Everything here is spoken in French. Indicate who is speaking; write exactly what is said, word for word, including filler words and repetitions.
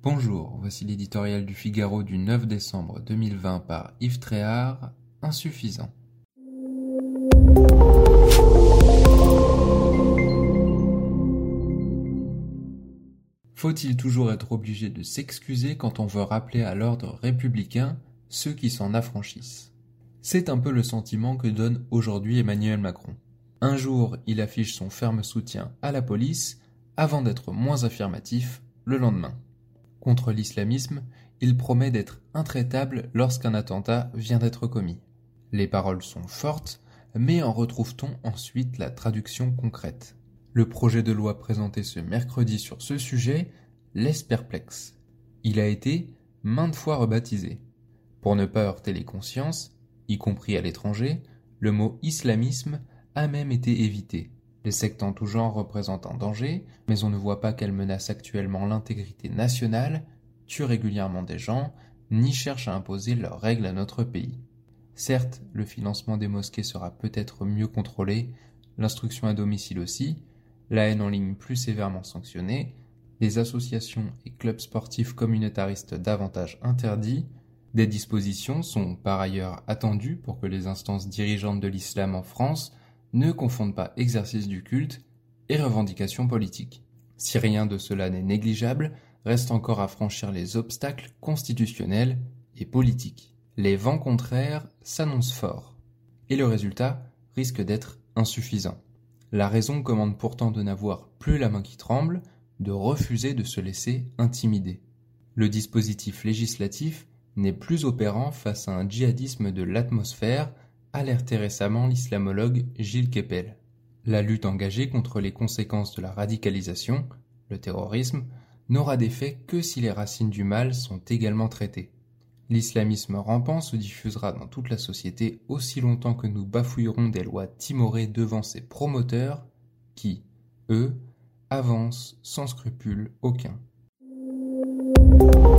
Speaker 1: Bonjour, voici l'éditorial du Figaro du neuf décembre deux mille vingt par Yves Tréhard, insuffisant. Faut-il toujours être obligé de s'excuser quand on veut rappeler à l'ordre républicain ceux qui s'en affranchissent? C'est un peu le sentiment que donne aujourd'hui Emmanuel Macron. Un jour, il affiche son ferme soutien à la police, avant d'être moins affirmatif le lendemain. Contre l'islamisme, il promet d'être intraitable lorsqu'un attentat vient d'être commis. Les paroles sont fortes, mais en retrouve-t-on ensuite la traduction concrète? Le projet de loi présenté ce mercredi sur ce sujet laisse perplexe. Il a été maintes fois rebaptisé. Pour ne pas heurter les consciences, y compris à l'étranger, le mot islamisme a même été évité. Les sectes en tout genre représentent un danger, mais on ne voit pas qu'elles menacent actuellement l'intégrité nationale, tuent régulièrement des gens, ni cherchent à imposer leurs règles à notre pays. Certes, le financement des mosquées sera peut-être mieux contrôlé, l'instruction à domicile aussi, la haine en ligne plus sévèrement sanctionnée, les associations et clubs sportifs communautaristes davantage interdits. Des dispositions sont par ailleurs attendues pour que les instances dirigeantes de l'islam en France ne confondent pas exercice du culte et revendications politiques. Si rien de cela n'est négligeable, reste encore à franchir les obstacles constitutionnels et politiques. Les vents contraires s'annoncent forts, et le résultat risque d'être insuffisant. La raison commande pourtant de n'avoir plus la main qui tremble, de refuser de se laisser intimider. Le dispositif législatif n'est plus opérant face à un djihadisme de l'atmosphère, alertait récemment l'islamologue Gilles Kepel. La lutte engagée contre les conséquences de la radicalisation, le terrorisme, n'aura d'effet que si les racines du mal sont également traitées. L'islamisme rampant se diffusera dans toute la société aussi longtemps que nous bafouillerons des lois timorées devant ses promoteurs qui, eux, avancent sans scrupule aucun.